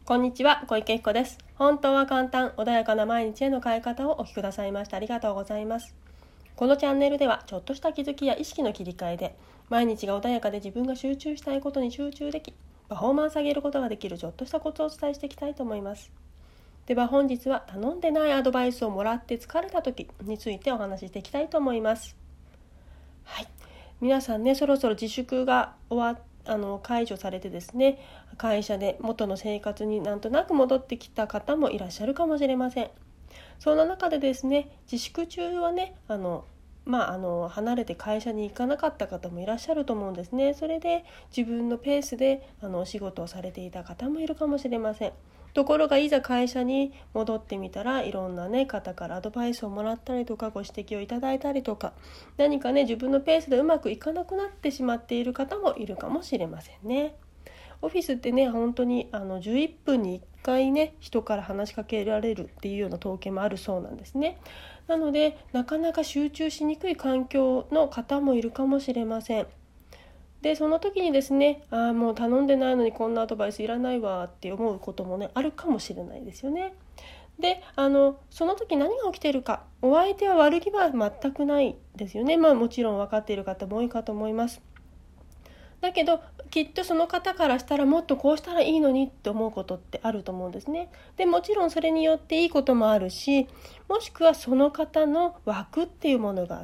こんにちは、小池彦です。本当は簡単、穏やかな毎日への変え方をお聞きくださいましてありがとうございます。このチャンネルではちょっとした気づきや意識の切り替えで毎日が穏やかで自分が集中したいことに集中でき、パフォーマンス上げることができるちょっとしたコツをお伝えしていきたいと思います。では本日は頼んでないアドバイスをもらって疲れた時についてお話ししていきたいと思います。はい、皆さんね、そろそろ自粛が解除されてですね、会社で元の生活になんとなく戻ってきた方もいらっしゃるかもしれません。そんな中でですね、自粛中はね、離れて会社に行かなかった方もいらっしゃると思うんですね。それで自分のペースでお仕事をされていた方もいるかもしれません。ところがいざ会社に戻ってみたら、いろんな方からアドバイスをもらったりとか、ご指摘をいただいたりとか、何か自分のペースでうまくいかなくなってしまっている方もいるかもしれませんね。オフィスって本当に11分に1回人から話しかけられるっていうような統計もあるそうなんですね。なのでなかなか集中しにくい環境の方もいるかもしれません。でその時にですね、もう頼んでないのにこんなアドバイスいらないわって思うこともあるかもしれないですよね。でその時何が起きているか、お相手は悪気は全くないですよね。もちろん分かっている方も多いかと思います。だけどきっとその方からしたらもっとこうしたらいいのにって思うことってあると思うんですね。でもちろんそれによっていいこともあるし、もしくはその方の枠っていうものがあって、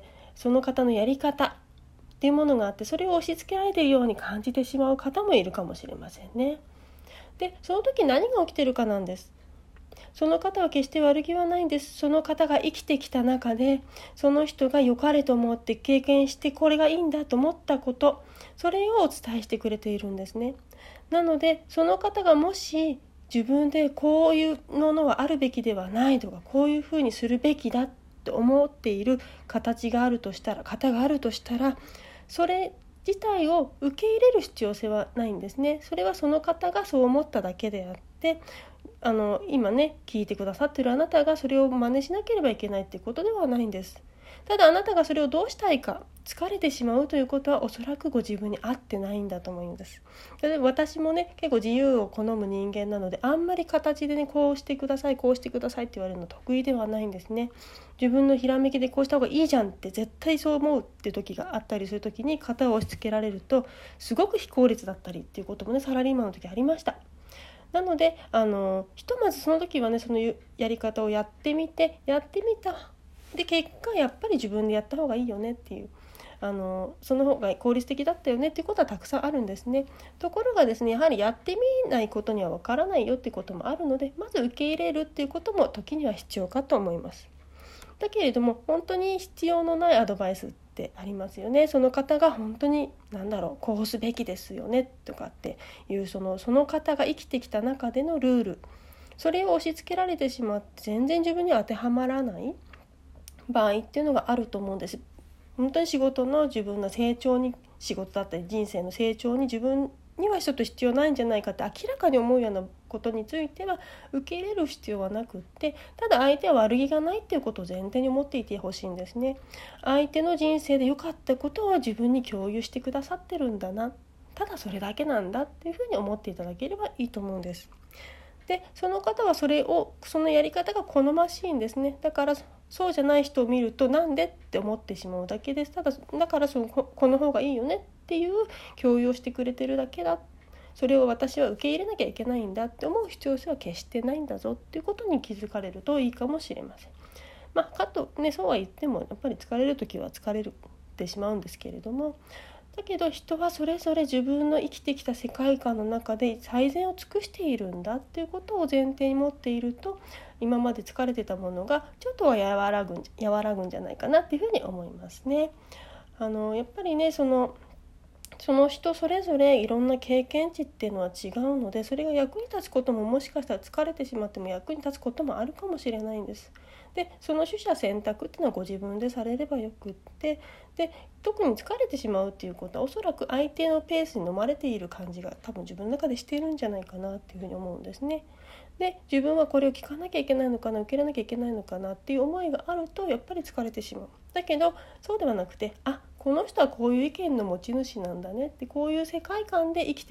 その方のやり方っていうものがあって、それを押し付けられているように感じてしまう方もいるかもしれませんね。でその時何が起きてるかなんです。その方は決して悪気はないんです。その方が生きてきた中で、その人が良かれと思って経験して、これがいいんだと思ったこと、それをお伝えしてくれているんですね。なのでその方がもし自分でこういうものはあるべきではないとか、こういうふうにするべきだと思っている形があるとしたら、方があるとしたら、それ自体を受け入れる必要性はないんですね。それはその方がそう思っただけであって、今聞いてくださっているあなたがそれを真似しなければいけないっていうことではないんです。ただあなたがそれをどうしたいか、疲れてしまうということはおそらくご自分に合ってないんだと思うんです。で私も結構自由を好む人間なので、あんまり形でこうしてくださいこうしてくださいって言われるの得意ではないんですね。自分のひらめきでこうした方がいいじゃんって絶対そう思うって時があったりする時に、型を押し付けられるとすごく非効率だったりっていうこともサラリーマンの時ありました。なのでひとまずその時はそのやり方をやってみた。で結果やっぱり自分でやった方がいいよねっていう、その方が効率的だったよねっていうことはたくさんあるんですね。ところがですね、やはりやってみないことにはわからないよっていうこともあるので、まず受け入れるっていうことも時には必要かと思います。だけれども本当に必要のないアドバイスってありますよね。その方が本当にこうすべきですよねとかっていうその方が生きてきた中でのルール、それを押し付けられてしまって全然自分には当てはまらない場合っていうのがあると思うんです。本当に仕事の自分の成長に、仕事だったり人生の成長に自分にはちょっと必要ないんじゃないかって明らかに思うようなことについては受け入れる必要はなくって、ただ相手は悪気がないっていうことを前提に思っていてほしいんですね。相手の人生で良かったことを自分に共有してくださってるんだな、ただそれだけなんだっていうふうに思っていただければいいと思うんです。でその方はそのやり方が好ましいんですね。だからそうじゃない人を見るとなんでって思ってしまうだけです。だからこの方がいいよねっていう共有をしてくれてるだけだ、それを私は受け入れなきゃいけないんだって思う必要性は決してないんだぞっていうことに気づかれるといいかもしれません。そうは言ってもやっぱり疲れる時は疲れてしまうんですけれども、だけど人はそれぞれ自分の生きてきた世界観の中で最善を尽くしているんだっていうことを前提に持っていると、今まで疲れてたものがちょっとは和らぐんじゃないかなっていうふうに思いますね。やっぱりその人それぞれいろんな経験値っていうのは違うので、それが役に立つことももしかしたら疲れてしまっても役に立つこともあるかもしれないんです。でその取捨選択っていうのはご自分でされればよくって、で特に疲れてしまうっていうことはおそらく相手のペースに飲まれている感じが多分自分の中でしているんじゃないかなっていうふうに思うんですね。で自分はこれを聞かなきゃいけないのかな、受け入れなきゃいけないのかなっていう思いがあるとやっぱり疲れてしまう。だけどそうではなくて、この人はこういう意見の持ち主なんだねって、こういう世界観で生きてき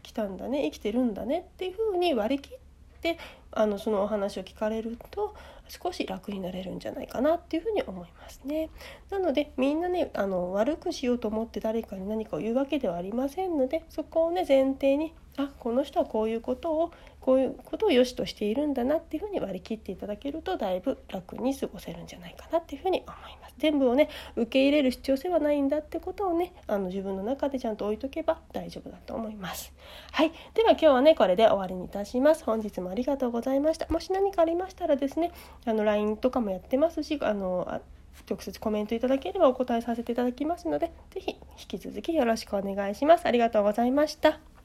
きたんだね、生きてるんだねっていうふうに割り切ってそのお話を聞かれると少し楽になれるんじゃないかなっていうふうに思いますね。なのでみんなね悪くしようと思って誰かに何かを言うわけではありませんので、そこをね前提にこの人はこういうことを良しとしているんだなっていうふうに割り切っていただけるとだいぶ楽に過ごせるんじゃないかなっていうふうに思います。全部をね受け入れる必要性はないんだってことをね自分の中でちゃんと置いとけば大丈夫だと思います。はい、では今日はねこれで終わりにいたします。本日もありがとうございました。もし何かありましたらですねLINE とかもやってますし直接コメントいただければお答えさせていただきますので、ぜひ引き続きよろしくお願いします。ありがとうございました。